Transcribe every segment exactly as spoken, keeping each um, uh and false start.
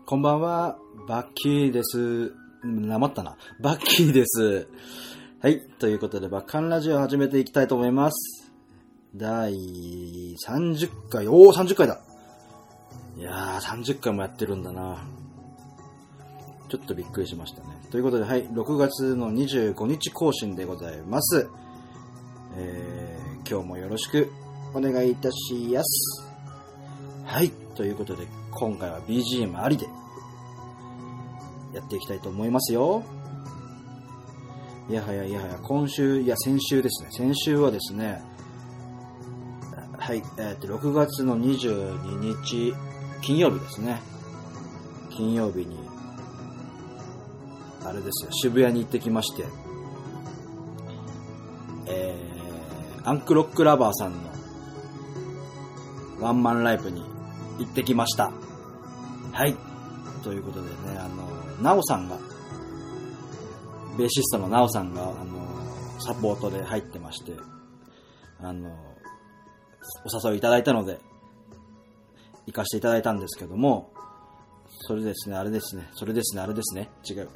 こんばんは、バッキーです。なまったな。バッキーです。はい。ということで、バッカンラジオを始めていきたいと思います。だいさんじゅっかい。おー、さんじゅっかいだ。いやー、さんじゅっかいもやってるんだな。ちょっとびっくりしましたね。ということで、はい。ろくがつのにじゅうごにち更新でございます。えー、今日もよろしくお願いいたしやす。はい。ということで、今回は ビージーエム ありでやっていきたいと思いますよ。いやはやいやはや、今週、いや先週ですね。先週はですね、はい、えー、とろくがつのにじゅうににち、金曜日ですね。金曜日に、あれですよ、渋谷に行ってきまして、えー、アンクロックラバーさんのワンマンライブに行ってきました。はい。ということでね、あの、ナオさんが、ベーシストのナオさんが、あの、サポートで入ってまして、あの、お誘いいただいたので、行かせていただいたんですけども、それですね、あれですね、それですね、あれですね、違う。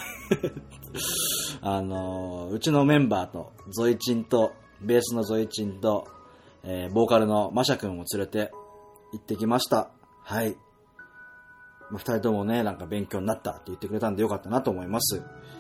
あの、うちのメンバーと、ゾイチンと、ベースのゾイチンと、えー、ボーカルのマシャ君を連れて行ってきました。はい。二人ともね、なんか勉強になったって言ってくれたんでよかったなと思います。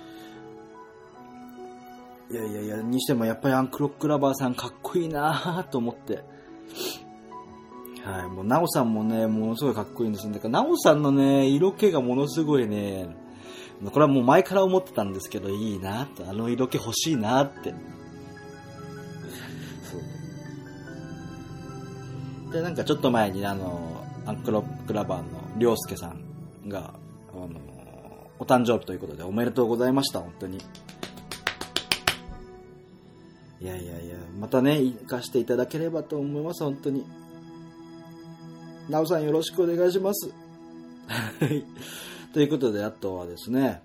いやいやいや、にしてもやっぱりアンクロックラバーさんかっこいいなぁと思って。はい、もうナオさんもね、ものすごいかっこいいんですよ。だからナオさんのね、色気がものすごいね、これはもう前から思ってたんですけど、いいなって、あの色気欲しいなって。そう。で、なんかちょっと前にあの、アンクロックラバーのりょうすけさんが、あの、お誕生日ということでおめでとうございました、本当に。いやいやいや、またね、行かせていただければと思います、本当に。なおさんよろしくお願いします。はい。ということで、あとはですね、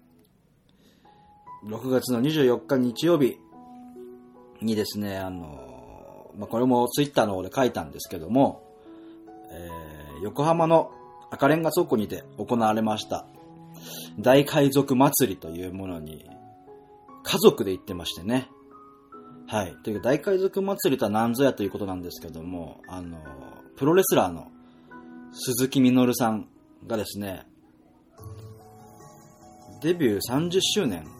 ろくがつのにじゅうよっか日曜日にですね、あの、まあ、これもツイッターの方で書いたんですけども、えー、横浜の赤レンガ倉庫にて行われました大海賊祭りというものに家族で行ってましてね。はい。というか大海賊祭りとは何ぞやということなんですけども、あの、プロレスラーの鈴木みのるさんがですね、デビューさんじゅっしゅうねん。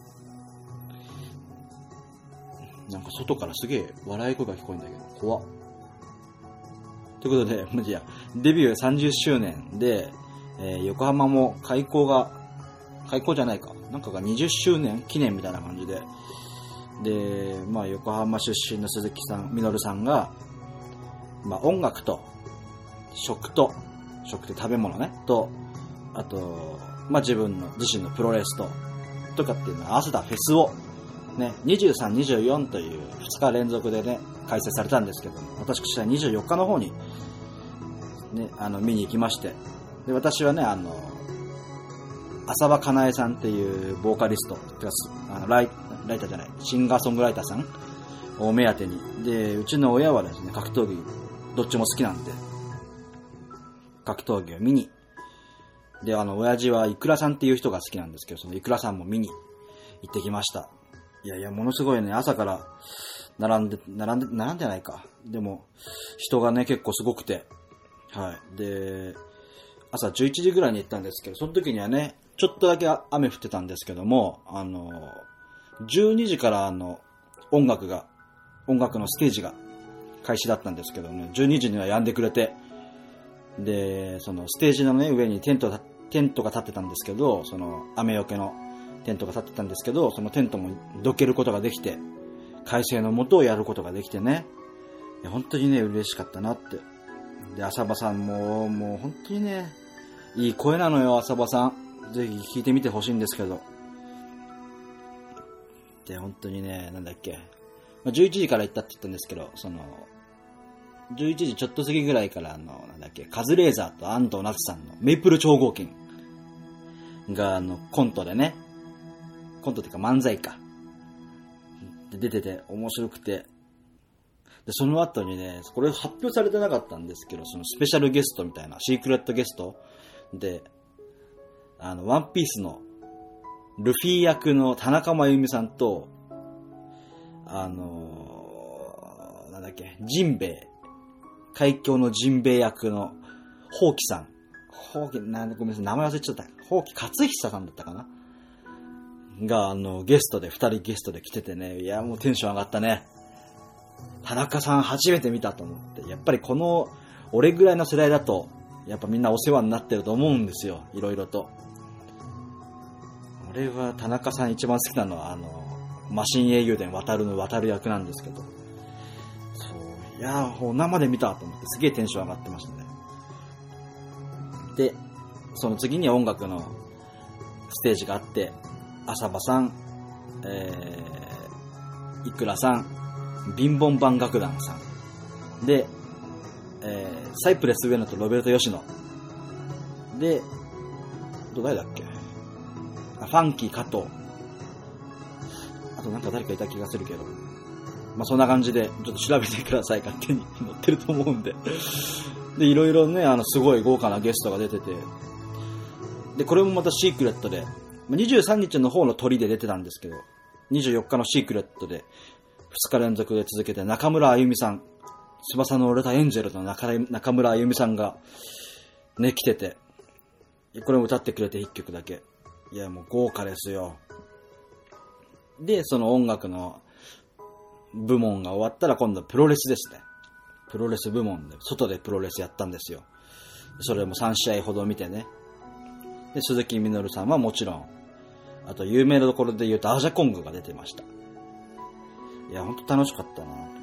なんか外からすげえ笑い声が聞こえるんだけど、怖っ。ということで、まじや、デビューさんじゅっしゅうねんで、えー、横浜も開校が、開校じゃないか、なんかがにじゅっしゅうねん記念みたいな感じで、で、まあ横浜出身の鈴木さん、みのるさんが、まあ音楽と、食と、食って食べ物ね、と、あと、まあ自分の、自身のプロレスと、とかっていうのを合わせたフェスを、ね、にじゅうさん、にじゅうよんというふつか連続でね、開催されたんですけども、私はにじゅうよっかの方に、ね、あの、見に行きまして、で、私はね、あの、浅場かなえさんっていうボーカリスト、あのライ、ライターじゃない、シンガーソングライターさんを目当てに、で、うちの親はですね、格闘技、どっちも好きなんで、格闘技を見に、で、あの、親父はイクラさんっていう人が好きなんですけど、そのイクラさんも見に行ってきました。いやいや、ものすごいね、朝から並んで、並んで、並んでないか。でも、人がね、結構すごくて。はい。で、朝じゅういちじぐらいに行ったんですけど、その時にはね、ちょっとだけ雨降ってたんですけども、あの、じゅうにじからあの、音楽が、音楽のステージが開始だったんですけどね、じゅうにじには止んでくれて、で、そのステージのね、上にテント、テントが立ってたんですけど、その雨よけのテントが立ってたんですけど、そのテントもどけることができて、快晴の下をやることができてね、いや本当にね、嬉しかったなって。で、浅場さんも、もう本当にね、いい声なのよ、浅場さん。ぜひ聞いてみてほしいんですけど。で、本当にね、なんだっけ。じゅういちじから行ったって言ったんですけど、その、じゅういちじちょっと過ぎぐらいから、あの、なんだっけ、カズレーザーと安藤夏さんのメイプル超合金が、あの、コントでね、コントっていうか漫才か。で出てて面白くて。で、その後にね、これ発表されてなかったんですけど、そのスペシャルゲストみたいな、シークレットゲストで、 あの、ワンピースのルフィ役の田中真由美さんと、あのー、なんだっけ、ジンベエ、海峡のジンベエ役のホウキさん。ホウキ、なんでごめんなさい、名前忘れちゃった。ホウキ勝久さんだったかなが、あの、ゲストで、二人ゲストで来ててね、いや、もうテンション上がったね。田中さん初めて見たと思って、やっぱりこの、俺ぐらいの世代だと、やっぱみんなお世話になってると思うんですよ、いろいろと。俺は田中さん一番好きなのは、あの、マシン英雄伝渡るの渡る役なんですけど、そう、いやー、生で見たと思って、すげえテンション上がってましたね。で、その次に音楽のステージがあって、浅場さん、えー、いくらさん、ビンボンバン楽団さん、で、えー、サイプレス上野とロベルト吉野、で、ど誰だっけ、あ、ファンキー加藤、あとなんか誰かいた気がするけど、まあそんな感じでちょっと調べてください。勝手に載ってると思うんで。で、いろいろね、あのすごい豪華なゲストが出てて、でこれもまたシークレットで、にじゅうさんにちの方の鳥で出てたんですけど、にじゅうよっかのシークレットでふつか連続で続けて、中村あゆみさん、翼の折れたエンジェルの 中, 中村あゆみさんがね来てて、これも歌ってくれていっきょくだけ。いやもう豪華ですよ。で、その音楽の部門が終わったら今度はプロレスですね。プロレス部門で、外でプロレスやったんですよ。それもさん試合ほど見てね。で、鈴木みのるさんはもちろん、あと有名なところで言うとアージャコングが出てました。いや、ほんと楽しかったなと思って。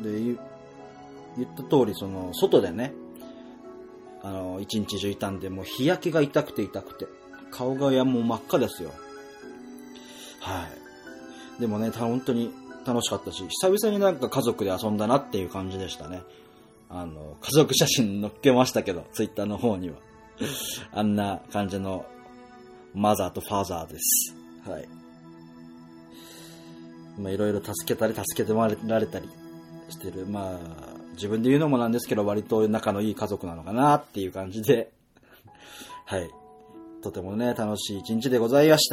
で、言, 言った通り、その、外でね、あの、一日中いたんで、もう日焼けが痛くて痛くて、顔がいやもう真っ赤ですよ。はい。でもね、本当に楽しかったし、久々になんか家族で遊んだなっていう感じでしたね。あの、家族写真載っけましたけど、ツイッターの方には。あんな感じのマザーとファーザーです。はい。まあいろいろ助けたり助けてもられたりしてる。まあ自分で言うのもなんですけど、割と仲のいい家族なのかなっていう感じで、はい。とてもね、楽しい一日でございました。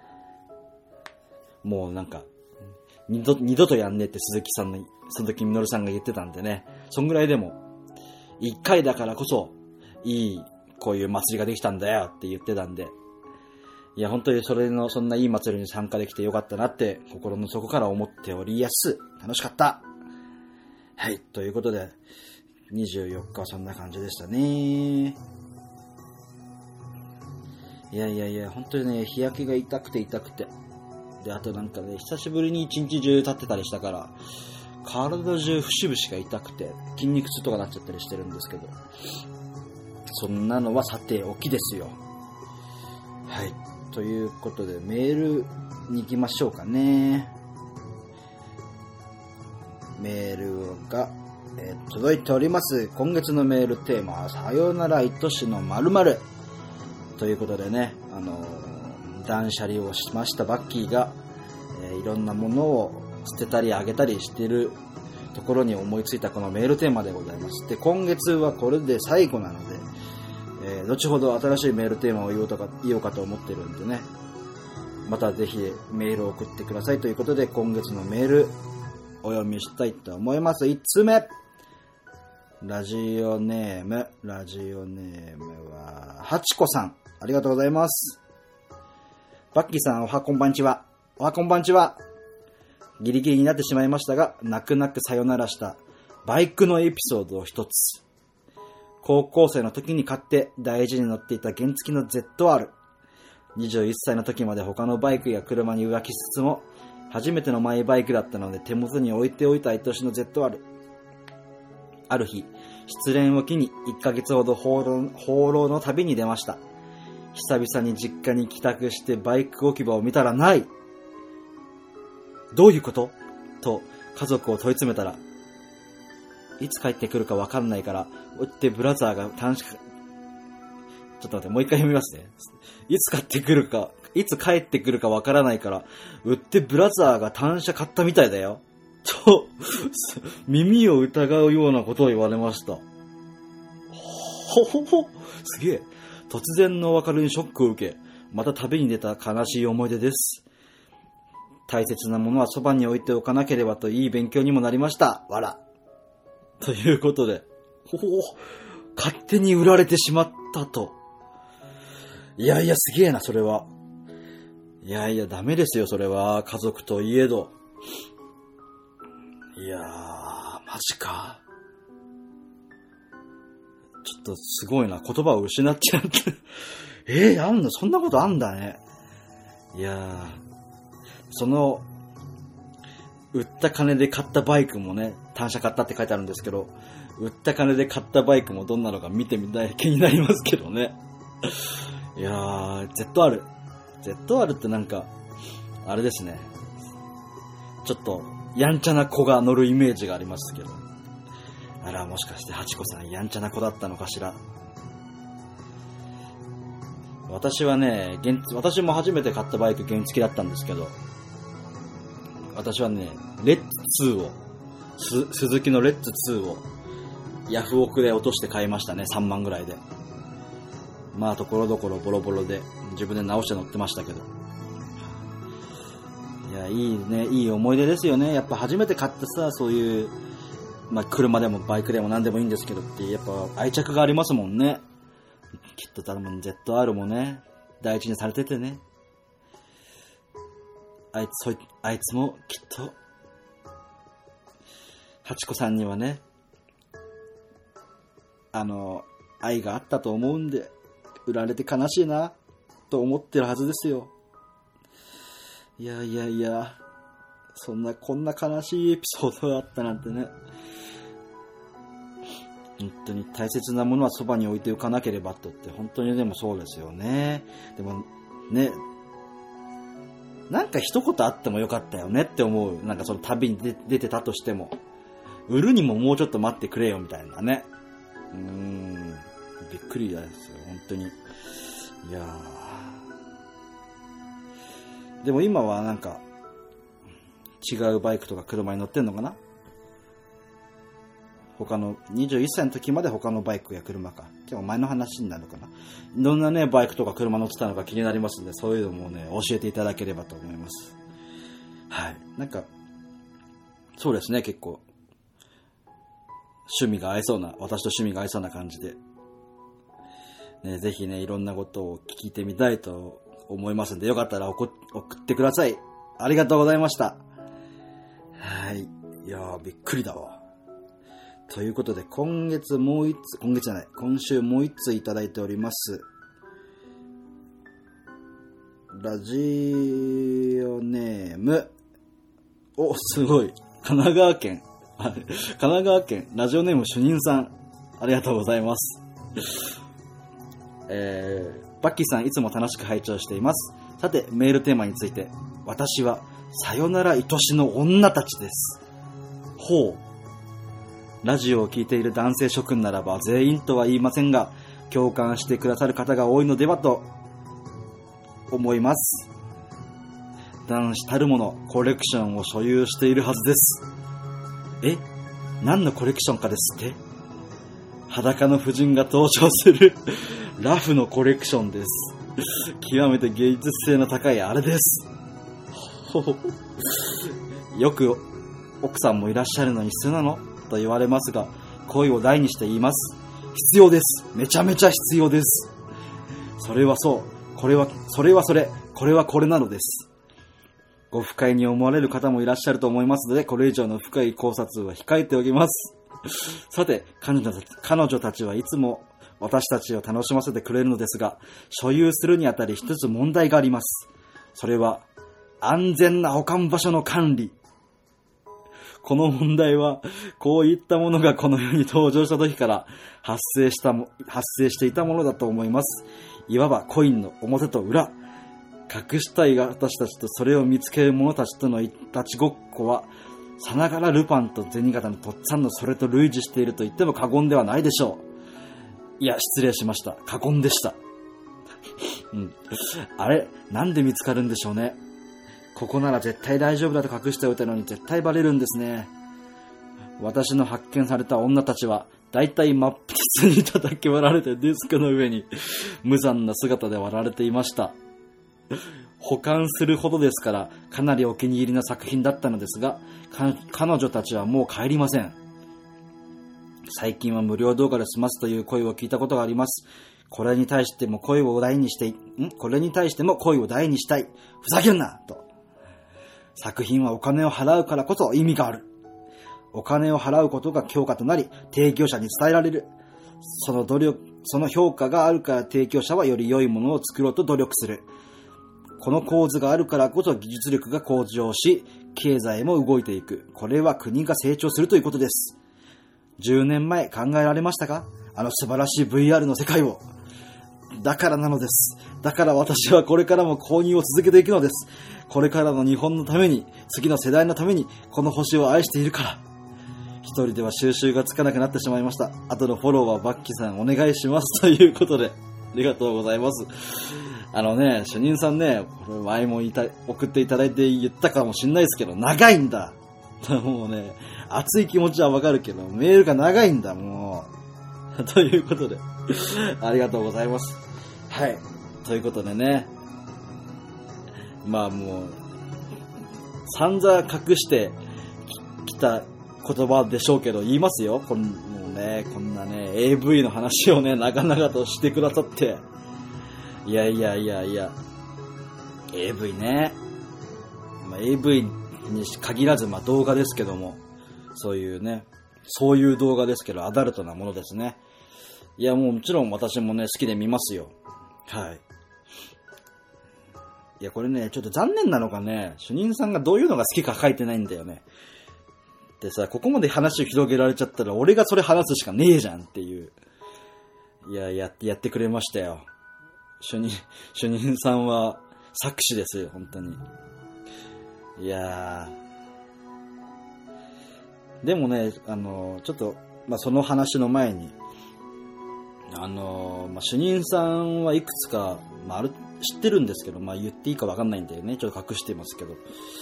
もうなんか、二度、二度とやんねえって鈴木さんの、鈴木みのるさんが言ってたんでね、そんぐらいでも、一回だからこそ、いい、こういう祭りができたんだよって言ってたんで、いや、本当にそれの、そんないい祭りに参加できてよかったなって、心の底から思っておりやす。楽しかった。はい、ということで、にじゅうよっかはそんな感じでしたね。いやいやいや、本当にね、日焼けが痛くて痛くて。で、あとなんかね、久しぶりに一日中立ってたりしたから、体中節々が痛くて、筋肉痛とかなっちゃったりしてるんですけど、そんなのはさておきですよ。はい。ということで、メールに行きましょうかね。メールが、えー、届いております。今月のメールテーマは、さよなら愛しの〇〇。ということでね、あのー、断捨離をしましたバッキーが、えー、いろんなものを捨てたりあげたりしているところに思いついたこのメールテーマでございます。で、今月はこれで最後なので、えー、後ほど新しいメールテーマを言おうとか、言おうかと思ってるんでね、またぜひメールを送ってくださいということで、今月のメールお読みしたいと思います。いつつめ、ラジオネームラジオネームははちこさん、ありがとうございます。バッキーさん、おはこんばんちは。おはこんばんちは。ギリギリになってしまいましたが、泣く泣くさよならしたバイクのエピソードを一つ。高校生の時に買って大事に乗っていた原付の ゼットアール。にじゅういっさいの時まで他のバイクや車に浮気しつつも、初めてのマイバイクだったので手元に置いておいた愛しの ゼットアール。ある日、失恋を機にいっかげつほど放浪、放浪の旅に出ました。久々に実家に帰宅してバイク置き場を見たらない。どういうことと家族を問い詰めたら、いつ帰ってくるかわかんないから、追ってブラザーが短縮、ちょっと待って、もう一回読みますね。いつ帰ってくるか、いつ帰ってくるかわからないから、売ってブラザーが単車買ったみたいだよ。と、耳を疑うようなことを言われました。ほほほ、すげえ。 突然のお別れにショックを受け、また旅に出た悲しい思い出です。大切なものはそばに置いておかなければといい勉強にもなりました。わら。ということで、ほほ、勝手に売られてしまったと。いやいや、すげえな、それは。いやいや、ダメですよ、それは。家族といえど。いやー、マジか。ちょっとすごいな、言葉を失っちゃって。えー、あんの、そんなことあんだね。いやー、その、売った金で買ったバイクもね、単車買ったって書いてあるんですけど、売った金で買ったバイクもどんなのか見てみたい気になりますけどね。いやー、ゼットアール。ゼットアール ってなんか、あれですね。ちょっと、やんちゃな子が乗るイメージがありますけど。あら、もしかしてハチコさんやんちゃな子だったのかしら。私はね、原私も初めて買ったバイク原付だったんですけど、私はね、レッツツーを、ス鈴木のレッツツーをヤフオクで落として買いましたね、さんまんぐらいで。まあ、ところどころボロボロで、自分で直して乗ってましたけど。いや、いいね、いい思い出ですよね。やっぱ初めて買ったさ、そういう、まあ、車でもバイクでも何でもいいんですけどって、やっぱ愛着がありますもんね。きっと多分 ゼットアール もね、第一にされててね。あいつ、そい、あいつもきっと、ハチコさんにはね、あの、愛があったと思うんで、売られて悲しいな、と思ってるはずですよ。いやいやいや、そんな、こんな悲しいエピソードがあったなんてね。本当に大切なものはそばに置いておかなければとって、本当にでもそうですよね。でも、ね、なんか一言あってもよかったよねって思う。なんかその旅に出、出てたとしても、売るにももうちょっと待ってくれよみたいなね。うーん、びっくりですよ、本当に。いやー。でも今はなんか、違うバイクとか車に乗ってんのかな？他の、にじゅういっさいの時まで他のバイクや車か。今日前の話になるのかな。どんなね、バイクとか車乗ってたのか気になりますので、そういうのもね、教えていただければと思います。はい。なんか、そうですね、結構、趣味が合いそうな、私と趣味が合いそうな感じで、ね、ぜひね、いろんなことを聞いてみたいと思いますので、よかったら送ってください。ありがとうございました。はい。いやー、びっくりだわ。ということで、今月もう一つ、今月じゃない、今週もう一ついただいております。ラジオネーム、お、すごい。神奈川県。神奈川県、ラジオネーム主任さん。ありがとうございます。えー、バッキーさん、いつも楽しく拝聴しています。さて、メールテーマについて。私は、さよなら愛しの女たちです。ほう。ラジオを聞いている男性諸君ならば全員とは言いませんが、共感してくださる方が多いのではと思います。男子たるものコレクションを所有しているはずです。え？何のコレクションかですって？裸の婦人が登場するラフのコレクションです。極めて芸術性の高いあれです。よく奥さんもいらっしゃるのに必要なの？と言われますが、声を大にして言います。必要です。めちゃめちゃ必要です。それはそう。これは、それはそれ。これはこれなのです。ご不快に思われる方もいらっしゃると思いますので、これ以上の深い考察は控えておきます。さて、彼女たち、彼女たちはいつも私たちを楽しませてくれるのですが、所有するにあたり一つ問題があります。それは、安全な保管場所の管理。この問題は、こういったものがこの世に登場した時から発生したも、発生していたものだと思います。いわばコインの表と裏。隠したい私たちとそれを見つける者たちとのいたちごっこは、さながらルパンと銭形のとっつぁんのそれと類似していると言っても過言ではないでしょう。いや、失礼しました。過言でした。うん、あれ、なんで見つかるんでしょうね。ここなら絶対大丈夫だと隠しておいたのに絶対バレるんですね。私の発見された女たちはだいたい真っ二つに叩き割られてデスクの上に無残な姿で割られていました。保管するほどですからかなりお気に入りな作品だったのですが、彼女たちはもう帰りません。最近は無料動画で済ますという声を聞いたことがあります。これに対しても声を大にしてんこれに対しても声を大にしたい。ふざけんなと。作品はお金を払うからこそ意味がある。お金を払うことが強化となり、提供者に伝えられる。その努力、その評価があるから提供者はより良いものを作ろうと努力する。この構図があるからこそ技術力が向上し、経済も動いていく。これは国が成長するということです。じゅうねんまえ考えられましたか？あの素晴らしい ブイアール の世界を。だからなのです。だから私はこれからも購入を続けていくのです。これからの日本のために、次の世代のために、この星を愛しているから。一人では収集がつかなくなってしまいました。後のフォローはバッキーさんお願いしますということで、ありがとうございます。あのね、主任さんね、これ前もいた送っていただいて言ったかもしれないですけど、長いんだ。もうね、熱い気持ちはわかるけど、メールが長いんだ、もう。ということで、ありがとうございます。はい。ということでね、まあもう、散々隠してきた言葉でしょうけど、言いますよ。こん、もうね、こんなね、エーブイ の話をね、長々としてくださって。いやいやいやいや、エーブイ ね。まあ、エーブイ に限らず、まあ動画ですけども、そういうね、そういう動画ですけど、アダルトなものですね。いや、もうもちろん私もね、好きで見ますよ。はい。いや、これね、ちょっと残念なのがね、主任さんがどういうのが好きか書いてないんだよね。でさ、ここまで話を広げられちゃったら、俺がそれ話すしかねえじゃんっていう。いや、やって、やってくれましたよ。主任、主任さんは作詞ですよ、本当に。いやー。でもね、あの、ちょっと、まあ、その話の前に、あの、まあ、主任さんはいくつか、まあ、ある、知ってるんですけど、まあ、言っていいかわかんないんでね、ちょっと隠してますけど。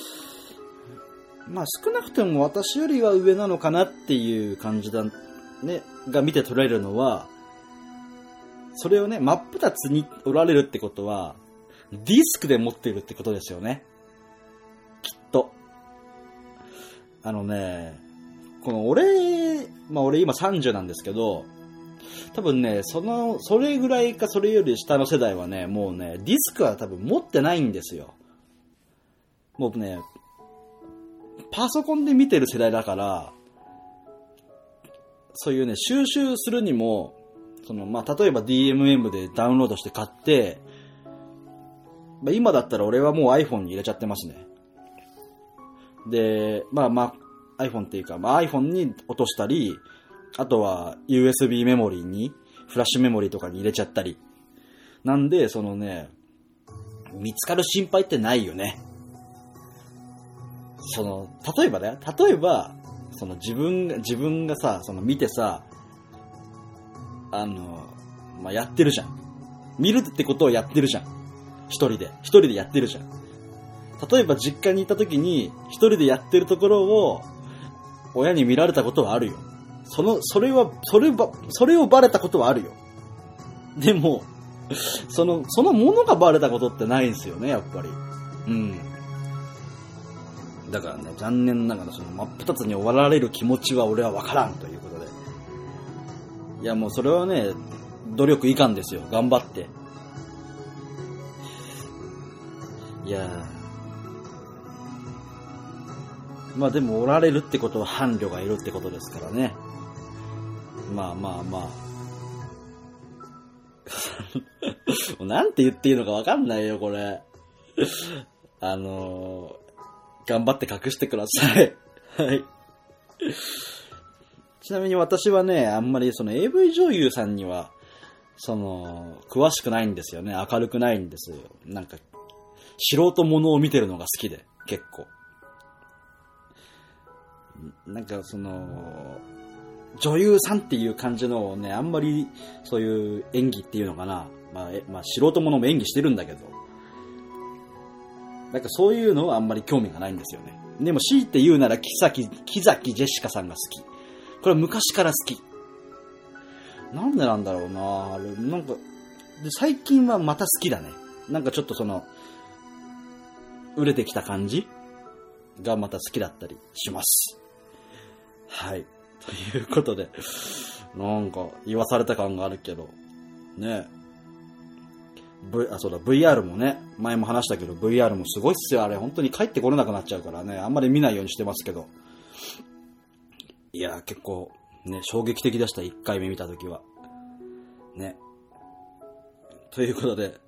まあ、少なくとも私よりは上なのかなっていう感じだ、ね、が見て取れるのは、それをね、真っ二つにおられるってことは、ディスクで持っているってことですよね。きっと。あのね、この俺、まあ俺今さんじゅうなんですけど、多分ね、その、それぐらいかそれより下の世代はね、もうね、ディスクは多分持ってないんですよ。もうね、パソコンで見てる世代だから、そういうね、収集するにも、その、まあ、例えば ディーエムエム でダウンロードして買って、まあ、今だったら俺はもう iPhone に入れちゃってますね。で、まあまあ、iPhone っていうか、まあ、iPhone に落としたり、あとは ユーエスビー メモリーに、フラッシュメモリーとかに入れちゃったり。なんで、そのね、見つかる心配ってないよね。その、例えばね、例えば、その自分が、自分がさ、その見てさ、あの、まあ、やってるじゃん。見るってことをやってるじゃん。一人で。一人でやってるじゃん。例えば実家にいた時に、一人でやってるところを、親に見られたことはあるよ。その、それは、それば、それをバレたことはあるよ。でも、その、そのものがバレたことってないんですよね、やっぱり。うん。だからね、残念ながらその真っ二つに終わられる気持ちは俺はわからんということで。いやもうそれはね、努力いかんですよ。頑張って。いやー。まあでもおられるってことは伴侶がいるってことですからね。まあまあまあ。なんて言っていいのかわかんないよ、これ。あのー、頑張って隠してください。はい。ちなみに私はね、あんまりその エーブイ 女優さんには、その、詳しくないんですよね。明るくないんですよ。なんか、素人ものを見てるのが好きで、結構。なんかその、女優さんっていう感じのをね、あんまりそういう演技っていうのかな。まあ、えまあ、素人ものも演技してるんだけど、なんかそういうのはあんまり興味がないんですよね。でも強いて言うなら木崎、木崎ジェシカさんが好き。これは昔から好き。 なんでなんだろうなあれ、なんか、で、最近はまた好きだね。なんかちょっとその、売れてきた感じがまた好きだったりします。はい。ということで、なんか言わされた感があるけど、ね。V、あ、そうだ、ブイアール もね、前も話したけど、ブイアール もすごいっすよ、あれ。本当に帰ってこれなくなっちゃうからね、あんまり見ないようにしてますけど。いや、結構、ね、衝撃的でした、いっかいめ見たときは。ね。ということで、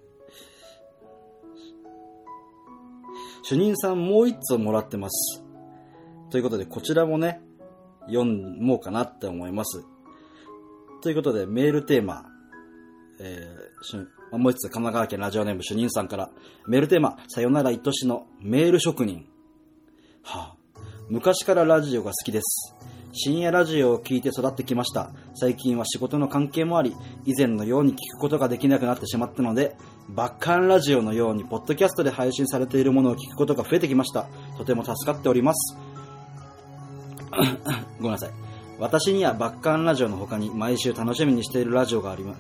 主任さんもう一つもらってます。ということで、こちらもね、読もうかなって思います。ということで、メールテーマ、えー、もう一つ神奈川県ラジオネーム主任さんから、メールテーマ、さよなら愛しのメール職人。はあ、昔からラジオが好きです。深夜ラジオを聞いて育ってきました。最近は仕事の関係もあり、以前のように聞くことができなくなってしまったので、バッカンラジオのようにポッドキャストで配信されているものを聞くことが増えてきました。とても助かっております。ごめんなさい。私にはバッカンラジオの他に毎週楽しみにしているラジオがあります。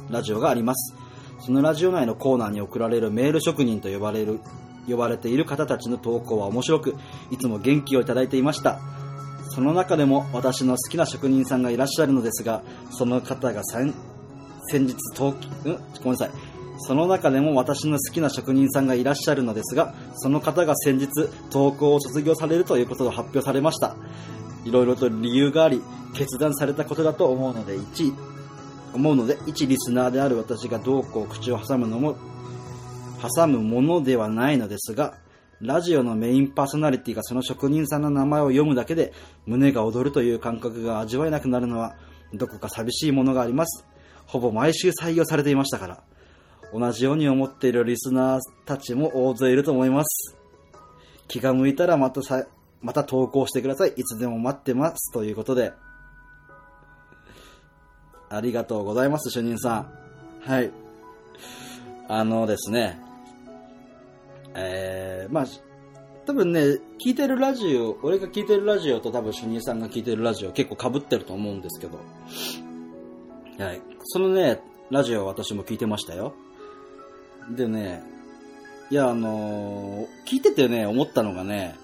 ラジオがあります。そのラジオ内のコーナーに送られるメール職人と呼ばれる、呼ばれている方たちの投稿は面白く、いつも元気をいただいていました。その中でも私の好きな職人さんがいらっしゃるのですが、その方が先日投稿、うん、ごめんなさい。その中でも私の好きな職人さんがいらっしゃるのですが、その方が先日投稿を卒業されるということを発表されました。いろいろと理由があり、決断されたことだと思うので、一、思うので、一リスナーである私がどうこう口を挟むのも、挟むものではないのですが、ラジオのメインパーソナリティがその職人さんの名前を読むだけで胸が躍るという感覚が味わえなくなるのはどこか寂しいものがあります。ほぼ毎週採用されていましたから。同じように思っているリスナーたちも大勢いると思います。気が向いたらまたさ、また投稿してください。いつでも待ってます。ということで。ありがとうございます、主任さん。はい。あのですね。えー、まあ、多分ね、聞いてるラジオ、俺が聞いてるラジオと多分主任さんが聞いてるラジオ結構被ってると思うんですけど。はい。そのね、ラジオは私も聞いてましたよ。でね、いや、あのー、聞いててね、思ったのがね、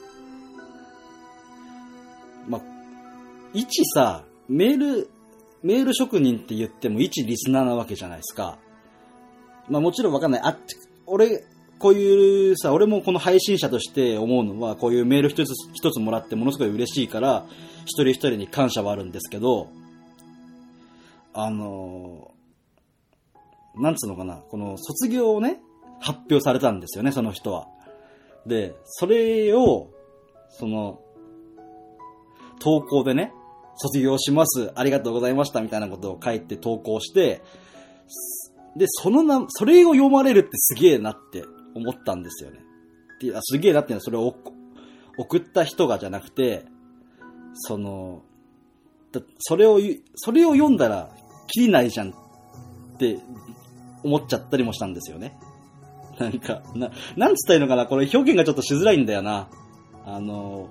まあ、一さ、メール、メール職人って言っても一リスナーなわけじゃないですか。まあもちろんわかんない。あ、俺、こういうさ、俺もこの配信者として思うのは、こういうメール一つ一つもらってものすごい嬉しいから、一人一人に感謝はあるんですけど、あのー、なんつうのかな、この卒業をね、発表されたんですよね、その人は。で、それを、その、投稿でね、卒業します、ありがとうございました、みたいなことを書いて投稿して、で、そのな、それを読まれるってすげえなって思ったんですよね。で、すげえなっていうのは、それを送った人がじゃなくて、その、それを、それを読んだら、きりないじゃんって思っちゃったりもしたんですよね。なんか、な、なんつったらいいのかな、これ表現がちょっとしづらいんだよな。あの、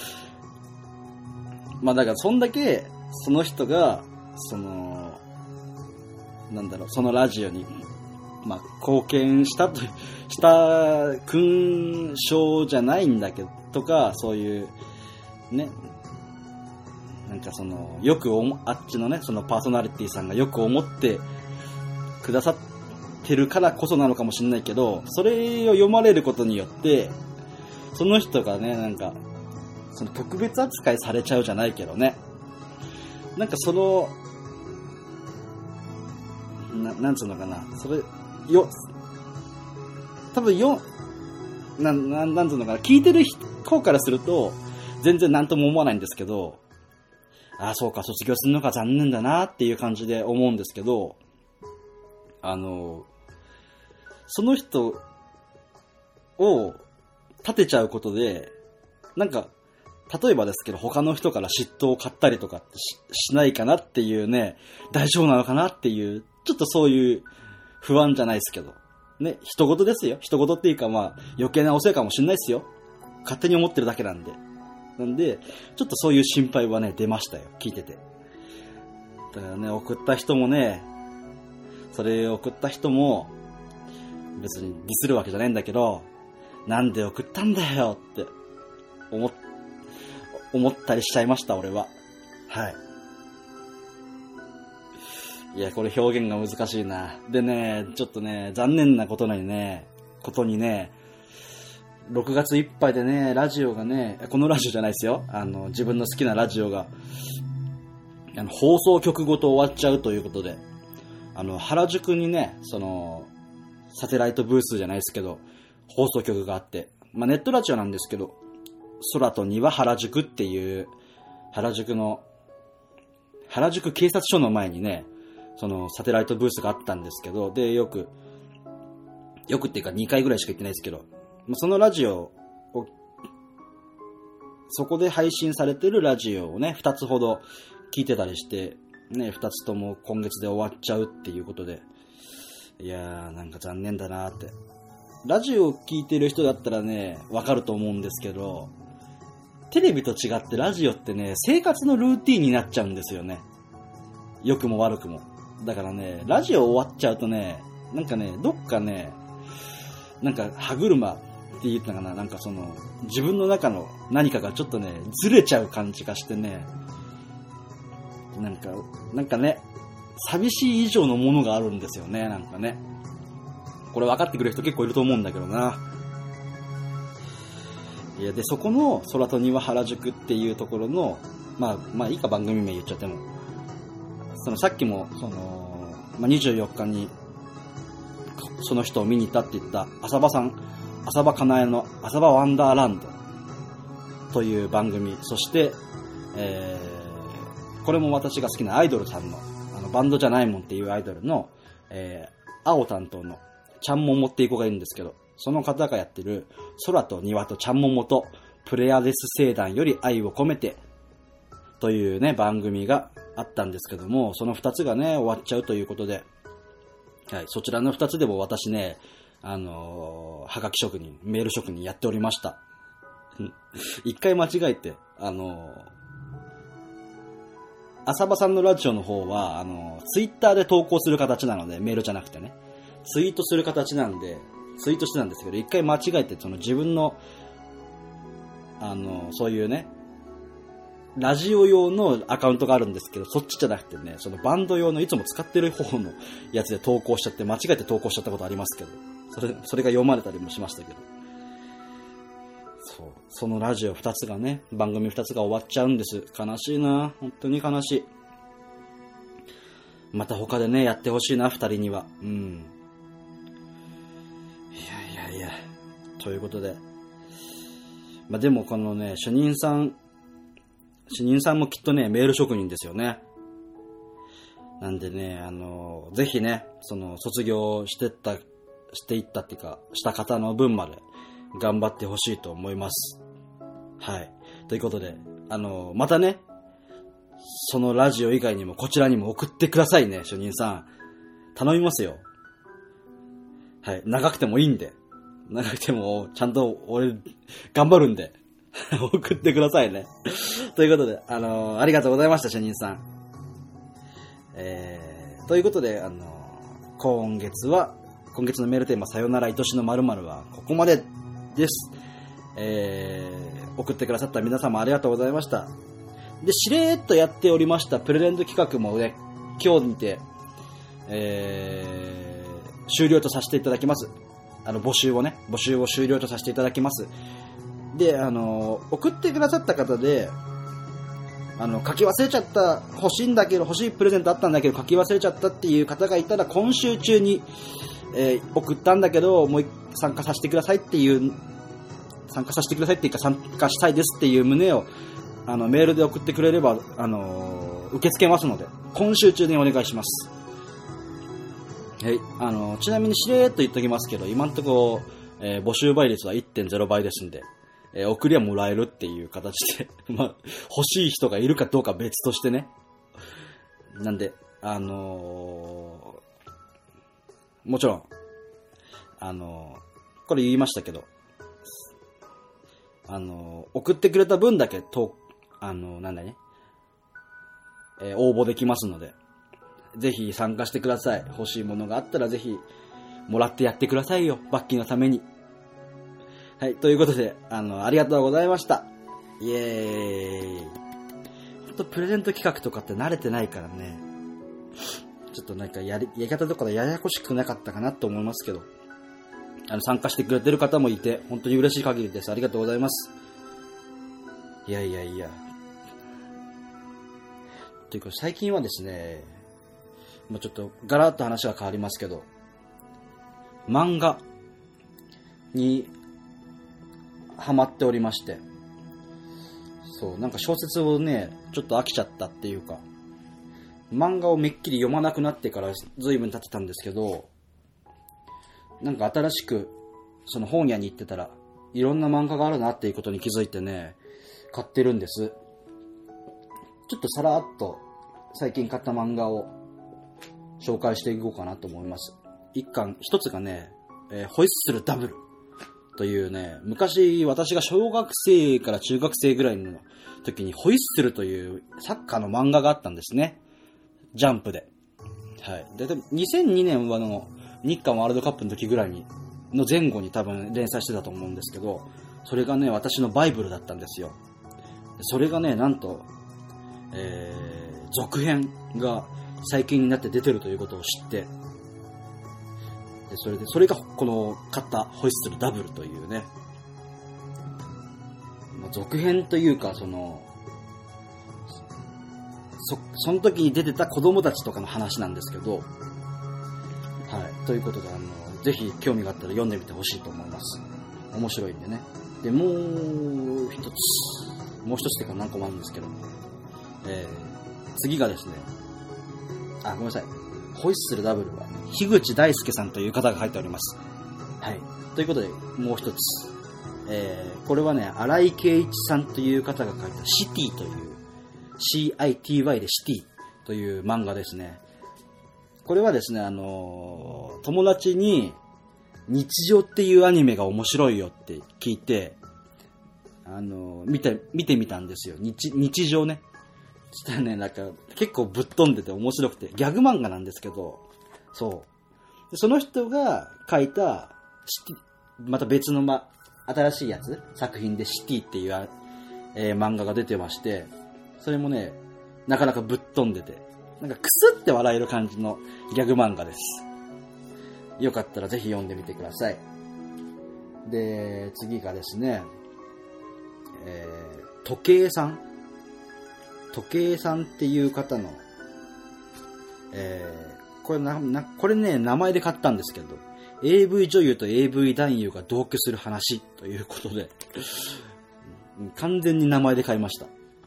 まあだからそんだけ、その人が、その、なんだろう、そのラジオに、まあ、貢献したと、した勲章じゃないんだけど、とか、そういう、ね、なんかその、よくおも、あっちのね、そのパーソナリティさんがよく思ってくださってるからこそなのかもしれないけど、それを読まれることによって、その人がね、なんか、その特別扱いされちゃうじゃないけどね。なんかその、な、なんつうのかな、それ、よ、多分よ、な、な、なんつうのかな、聞いてる方からすると、全然なんとも思わないんですけど、ああ、そうか、卒業するのが残念だなっていう感じで思うんですけど、あの、その人を立てちゃうことで、なんか、例えばですけど、他の人から嫉妬を買ったりとかって し, しないかなっていうね、大丈夫なのかなっていう、ちょっとそういう不安じゃないですけど。ね、人事ですよ。人事っていうかまあ、余計なおせいかもしれないですよ。勝手に思ってるだけなんで。なんで、ちょっとそういう心配はね、出ましたよ。聞いてて。 だからね、送った人もね、それを送った人も、別にディスるわけじゃないんだけど、なんで送ったんだよって思っ、思ったりしちゃいました、俺は。はい。いや、これ表現が難しいな。でね、ちょっとね、残念なことにね、ことにね、ろくがついっぱいでね、ラジオがね、このラジオじゃないですよ。あの、自分の好きなラジオが、あの、放送局ごと終わっちゃうということで、あの、原宿にね、その、サテライトブースじゃないですけど、放送局があって、まあ、ネットラジオなんですけど、空と庭原宿っていう、原宿の、原宿警察署の前にね、そのサテライトブースがあったんですけど、で、よく、よくっていうかにかいぐらいしか行ってないですけど、そのラジオを、そこで配信されてるラジオをね、ふたつほど聞いてたりして、ね、ふたつとも今月で終わっちゃうっていうことで、いやー、なんか残念だなーって。ラジオを聞いてる人だったらね、わかると思うんですけど、テレビと違ってラジオってね、生活のルーティーンになっちゃうんですよね。良くも悪くも。だからね、ラジオ終わっちゃうとね、なんかね、どっかね、なんか歯車って言ったかな、なんかその、自分の中の何かがちょっとね、ずれちゃう感じがしてね、なんか、なんかね、寂しい以上のものがあるんですよね、なんかね。これ分かってくれる人結構いると思うんだけどな。いや、で、そこの空と庭原宿っていうところの、まあ、まあいいか番組名言っちゃっても、そのさっきも、その、まあ、にじゅうよっかに、その人を見に行ったって言った浅場さん、浅場かなえの浅場ワンダーランドという番組、そして、えー、これも私が好きなアイドルさんの、あのバンドじゃないもんっていうアイドルの、えー、青担当のちゃんももっていう子がいるんですけど、その方がやってる空と庭とちゃんももとプレアデス星団より愛を込めてというね番組があったんですけども、その二つがね終わっちゃうということで、はい、そちらの二つでも私ね、あのー、はがき職人、メール職人やっておりました。一回間違えて、あのー、浅場さんのラジオの方は、あのー、ツイッターで投稿する形なので、メールじゃなくてね、ツイートする形なんで、ツイートしてたんですけど、一回間違えて、その自分の、あのー、そういうね、ラジオ用のアカウントがあるんですけど、そっちじゃなくてね、そのバンド用のいつも使ってる方のやつで投稿しちゃって、間違えて投稿しちゃったことありますけど、それ、それが読まれたりもしましたけど。そう。そのラジオ二つがね、番組二つが終わっちゃうんです。悲しいな。本当に悲しい。また他でね、やってほしいな、二人には。うん。いやいやいや。ということで。まあ、でもこのね、主任さん、主任さんもきっとね、メール職人ですよね。なんでね、あの、ぜひね、その、卒業してった、していったっていうか、した方の分まで頑張ってほしいと思います。はい。ということで、あの、またね、そのラジオ以外にもこちらにも送ってくださいね、主任さん。頼みますよ。はい。長くてもいいんで。長くても、ちゃんと俺、頑張るんで。送ってくださいね。ということで、あのー、ありがとうございました、主任さん。えー、ということで、あのー、今月は、今月のメールテーマ、さよなら愛しの〇〇はここまでです。えー、送ってくださった皆様ありがとうございました。で、しれーっとやっておりましたプレゼント企画もね、今日にて、えー、終了とさせていただきます。あの、募集をね、募集を終了とさせていただきます。で、あの、送ってくださった方で、あの、書き忘れちゃった、欲しいんだけど、欲しいプレゼントあったんだけど、書き忘れちゃったっていう方がいたら、今週中に、えー、送ったんだけど、もう参加させてくださいっていう、参加させてくださいっていうか、参加したいですっていう旨を、あの、メールで送ってくれれば、あの、受け付けますので、今週中にお願いします。はい。あの、ちなみにしれーっと言っときますけど、今んとこ、えー、募集倍率は いってんゼロ 倍ですんで、えー、送りはもらえるっていう形で、まあ、欲しい人がいるかどうか別としてね。なんで、あのー、もちろん、あのー、これ言いましたけど、あのー、送ってくれた分だけと、あのー、なんだね、 えー、応募できますので、ぜひ参加してください。欲しいものがあったらぜひもらってやってくださいよ。バッキーのために。はい、ということで、あの、ありがとうございました。イエーイ。ほんとプレゼント企画とかって慣れてないからね。ちょっとなんかやり、やり方とかでややこしくなかったかなと思いますけど、あの、参加してくれてる方もいて、本当に嬉しい限りです。ありがとうございます。いやいやいや。というか、最近はですね、もうちょっとガラッと話は変わりますけど、漫画にハマっておりまして、そう、なんか小説をね、ちょっと飽きちゃったっていうか、漫画をめっきり読まなくなってから随分経ってたんですけど、なんか新しくその本屋に行ってたらいろんな漫画があるなっていうことに気づいてね、買ってるんです。ちょっとさらっと最近買った漫画を紹介していこうかなと思います。一巻、一つがね、えー、ホイッスルダブルというね、昔私が小学生から中学生ぐらいの時にホイッスルというサッカーの漫画があったんですね。ジャンプで。はい。で、にせんにねんはの日韓ワールドカップの時ぐらいに、の前後に多分連載してたと思うんですけど、それがね、私のバイブルだったんですよ。それがね、なんと、えー、続編が最近になって出てるということを知って、で、それで、それがこの買ったホイッスルダブルというね、続編というか、その、そ、その時に出てた子供たちとかの話なんですけど、はい、ということで、あの、ぜひ興味があったら読んでみてほしいと思います。面白いんでね。で、もう一つ、もう一つっていうか何個もあるんですけど、えー、次がですね、あ、ごめんなさい。ホイッスルダブルは、樋口大輔さんという方が書いております。はい。ということで、もう一つ。えー、これはね、荒井圭一さんという方が書いたシティという、シーアイティーワイ でシティという漫画ですね。これはですね、あのー、友達に日常っていうアニメが面白いよって聞いて、あのー、見て、見てみたんですよ。日、日常ね。そしたらね、なんか結構ぶっ飛んでて面白くて、ギャグ漫画なんですけど、そう。でその人が書いたシティ、また別の、ま、新しいやつ、作品でシティっていう、えー、漫画が出てまして、それもね、なかなかぶっ飛んでて、なんかクスって笑える感じのギャグ漫画です。よかったらぜひ読んでみてください。で、次がですね、えー、時計さん。時計さんっていう方の、えー、これな、な、これね、名前で買ったんですけど、エーブイ 女優と エーブイ 男優が同居する話ということで、完全に名前で買いました。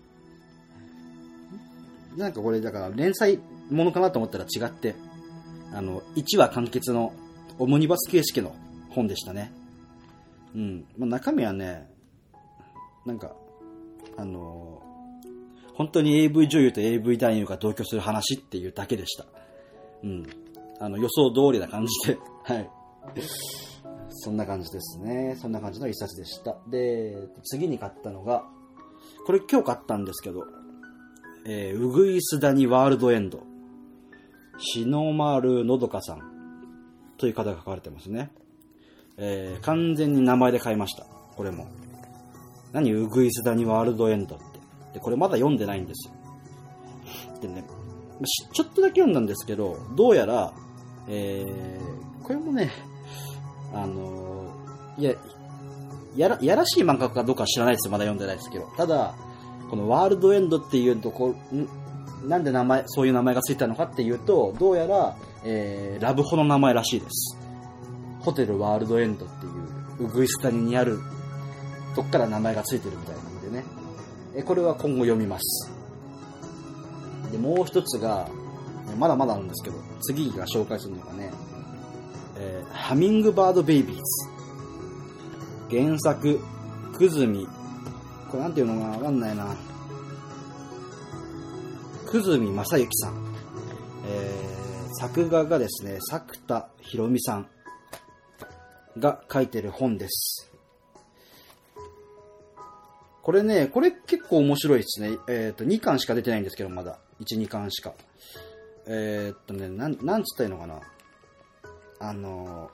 なんかこれだから連載ものかなと思ったら違って、あの、いちわ完結のオムニバス形式の本でしたね。うん。まあ、中身はね、なんか、あのー、本当に エーブイ 女優と エーブイ 男優が同居する話っていうだけでした。うん。あの、予想通りな感じで、はい。そんな感じですね。そんな感じの一冊でした。で、次に買ったのが、これ今日買ったんですけど、えー、ウグイス谷ワールドエンド。篠丸のどかさんという方が書かれてますね。えー、完全に名前で買いました。これも。何ウグイス谷ワールドエンドって。で、これまだ読んでないんですよ。でね、ちょっとだけ読んだんですけど、どうやら、えー、これもね、あのー、いや、やら、やらしい漫画かどうかは知らないですよ。まだ読んでないですけど。ただ、このワールドエンドっていうとこう、なんで名前、そういう名前がついたのかっていうと、どうやら、えー、ラブホの名前らしいです。ホテルワールドエンドっていう、ウグイス谷にある、とこから名前がついてるみたいなんでね。え、これは今後読みます。で、もう一つが、まだまだあるんですけど、次が紹介するのがね、えー、ハミングバードベイビーズ。原作、久住、これなんていうのかわかんないな。久住正幸さん。えー、作画がですね、作田博美さんが書いてる本です。これね、これ結構面白いですね。えっと、にかんしか出てないんですけど、まだ。 いち、にかんしか。えー、っとね、なん、なんつったらいいのかな。あの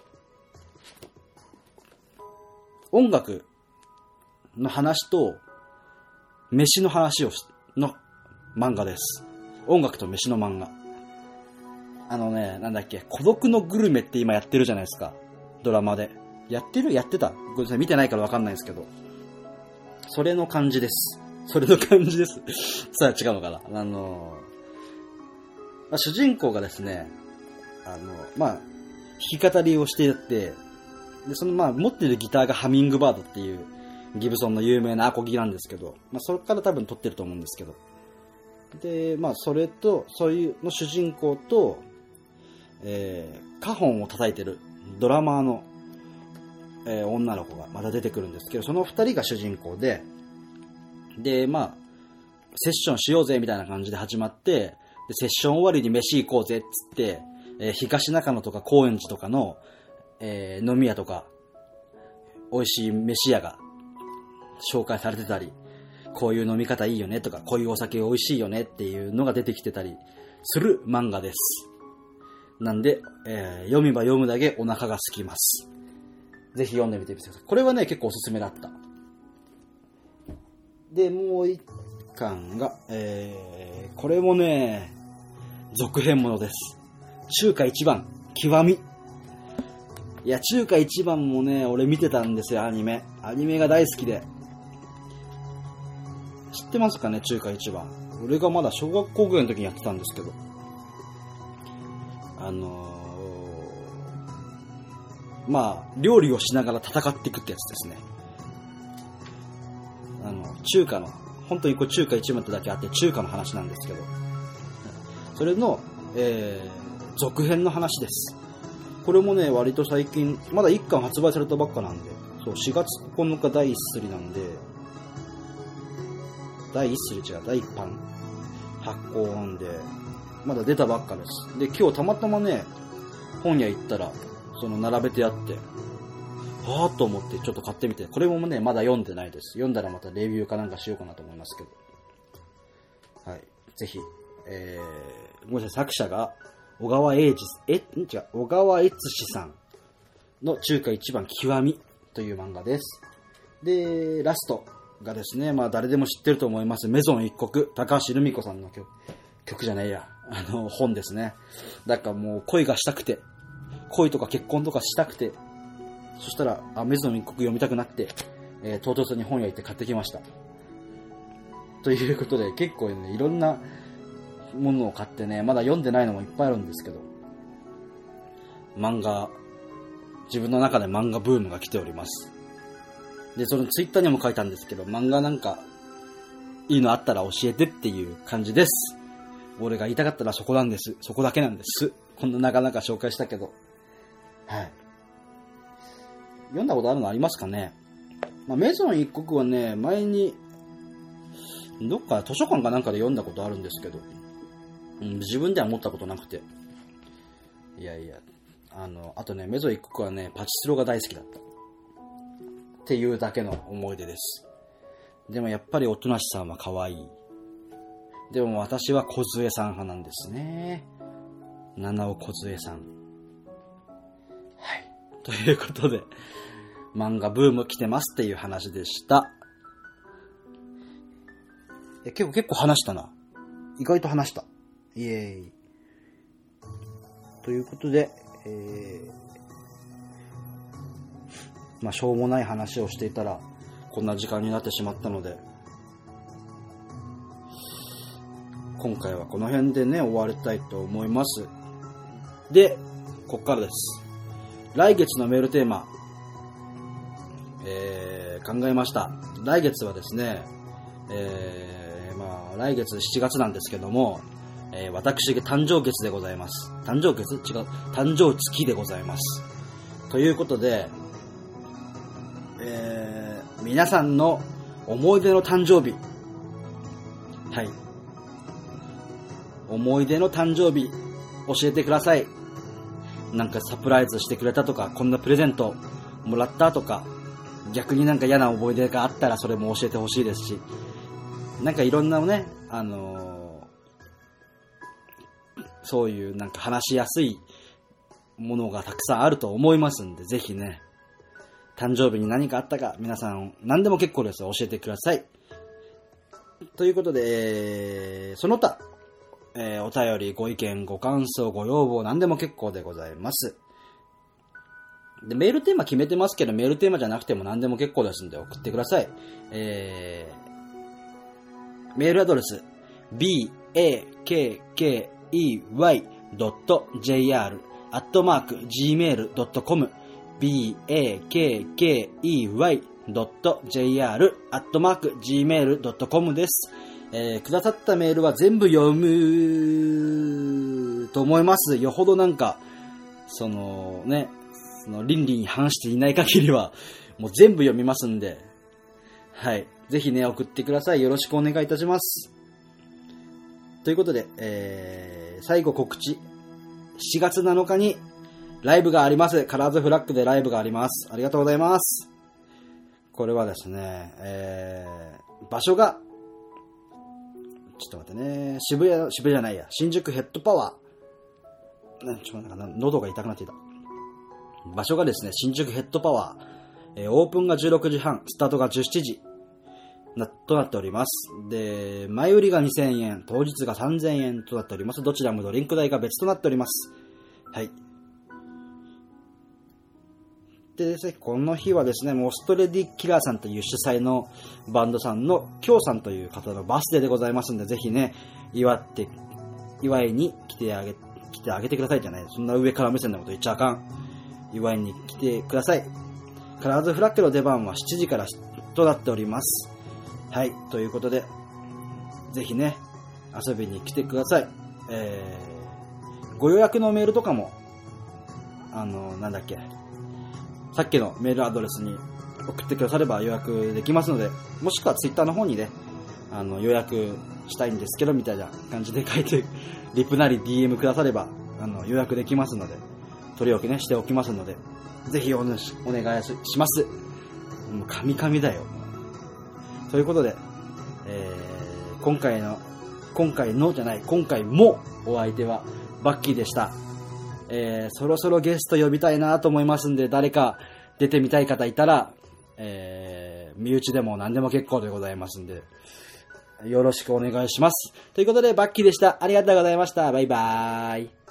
ー、音楽の話と、飯の話をし、の漫画です。音楽と飯の漫画。あのね、なんだっけ、孤独のグルメって今やってるじゃないですか。ドラマで。やってるやってたごめんなさい、見てないからわかんないですけど。それの感じです。それの感じです。さあ、違うのかな。あのー、まあ、主人公がですね、あの、まあ、弾き語りをしていて、で、そのまあ、持ってるギターがハミングバードっていう、ギブソンの有名なアコギなんですけど、まあ、それから多分撮ってると思うんですけど。で、まあ、それと、そういうの主人公と、えー、カホンを叩いてるドラマーの、えー、女の子がまた出てくるんですけど、その二人が主人公で、で、まあ、セッションしようぜみたいな感じで始まって、でセッション終わりに飯行こうぜっつって、えー、東中野とか高円寺とかの、えー、飲み屋とか、美味しい飯屋が紹介されてたり、こういう飲み方いいよねとか、こういうお酒美味しいよねっていうのが出てきてたりする漫画です。なんで、えー、読めば読むだけお腹が空きます。ぜひ読んでみてください。これはね、結構おすすめだった。で、もう一巻が、えー、これもね、続編ものです。中華一番、極み。いや、中華一番もね、俺見てたんですよ、アニメ。アニメが大好きで。知ってますかね、中華一番。俺がまだ小学校ぐらいの時にやってたんですけど。あのー、まあ、料理をしながら戦っていくってやつですね。あの、中華の、本当にこれ中華一番ってだけあって中華の話なんですけど、それの、えー、続編の話です。これもね、割と最近、まだいっかん発売されたばっかなんで、そう、しがつここのかだいいっすりなんで、だいいっすり違う、だいいっぱん発行なんで、まだ出たばっかです。で、今日たまたまね、本屋行ったら、その並べてあって、はぁーと思ってちょっと買ってみて、これもね、まだ読んでないです。読んだらまたレビューかなんかしようかなと思いますけど。はい。ぜひ、えー、ごめんなさい、作者が、小川英二、え、ん違う、小川悦司さんの中華一番極みという漫画です。で、ラストがですね、まあ誰でも知ってると思います、メゾン一国、高橋留美子さんの曲、曲じゃないや、あの、本ですね。だからもう恋がしたくて、恋とか結婚とかしたくて、そしたら、あ、メゾン一国読みたくなって、えー、唐突に本屋行って買ってきました。ということで、結構ね、いろんなものを買ってね、まだ読んでないのもいっぱいあるんですけど、漫画、自分の中で漫画ブームが来ております。で、そのツイッターにも書いたんですけど、漫画なんか、いいのあったら教えてっていう感じです。俺が言いたかったらそこなんです。そこだけなんです。こんななかなか紹介したけど。はい。読んだことあるのありますかね。まあ、メゾン一国はね、前に、どっか図書館かなんかで読んだことあるんですけど、うん、自分では持ったことなくて。いやいや、あの、あとね、メゾン一国はね、パチスロが大好きだった。っていうだけの思い出です。でもやっぱりおとなしさんは可愛い。でも私は小杖さん派なんですね。七尾小杖さん。はい。ということで、漫画ブーム来てますっていう話でした。え、結構結構話したな。意外と話した。イエーイ。ということで、えー、まあしょうもない話をしていたらこんな時間になってしまったので、今回はこの辺でね終わりたいと思います。で、こっからです。来月のメールテーマ、えー、考えました。来月はですね、えー、まあ来月しちがつなんですけども、えー、私が誕生月でございます。誕生月？違う。誕生月でございます。ということで、えー、皆さんの思い出の誕生日。はい。思い出の誕生日、教えてください。なんかサプライズしてくれたとか、こんなプレゼントもらったとか、逆になんか嫌な思い出があったらそれも教えてほしいですし、なんかいろんなね、あのそういうなんか話しやすいものがたくさんあると思いますんで、ぜひね、誕生日に何かあったか、皆さん何でも結構です。教えてください。ということで、その他、えー、お便り、ご意見、ご感想、ご要望、何でも結構でございます。で、メールテーマ決めてますけど、メールテーマじゃなくても何でも結構ですんで送ってください。えー、メールアドレス、ビーエーケーケーイーワイドットジェイアール アットマーク ジーメールドットコム ビーエーケーケーイーワイドットジェイアール アットマーク ジーメールドットコム です。えー、くださったメールは全部読むと思います。よほどなんか、そのね、その倫理に反していない限りは、もう全部読みますんで、はい。ぜひね、送ってください。よろしくお願いいたします。ということで、えー、最後告知。しちがつなのかにライブがあります。カラーズフラッグでライブがあります。ありがとうございます。これはですね、えー、場所が、ちょっと待ってね、渋谷、渋谷じゃないや、新宿ヘッドパワー。ちょっとなんか喉が痛くなっていた。場所がですね、新宿ヘッドパワー。えー、オープンがじゅうろくじはん、スタートがじゅうしちじなとなっております。で、前売りがにせんえん、当日がさんぜんえんとなっております。どちらもドリンク代が別となっております。はい。でですね、この日はですね、モストレディキラーさんという主催のバンドさんのキョウさんという方のバースデーでございますんで、ぜひね、祝って、祝いに来てあげ、来てあげてくださいじゃない。そんな上から目線なこと言っちゃあかん。祝いに来てください。カラーズフラッグの出番はしちじからとなっております。はい、ということで、ぜひね、遊びに来てください。えー、ご予約のメールとかも、あの、なんだっけ、さっきのメールアドレスに送ってくだされば予約できますので、もしくはツイッターの方にね、あの、予約したいんですけど、みたいな感じで書いて、リプなり ディーエム くだされば、あの、予約できますので、取り置きね、しておきますので、ぜひお願いします。もう、神々だよ。ということで、えー、今回の、今回のじゃない、今回もお相手はバッキーでした。えー、そろそろゲスト呼びたいなと思いますんで、誰か出てみたい方いたら、えー、身内でも何でも結構でございますんで、よろしくお願いします。ということで、バッキーでした。ありがとうございました。バイバーイ。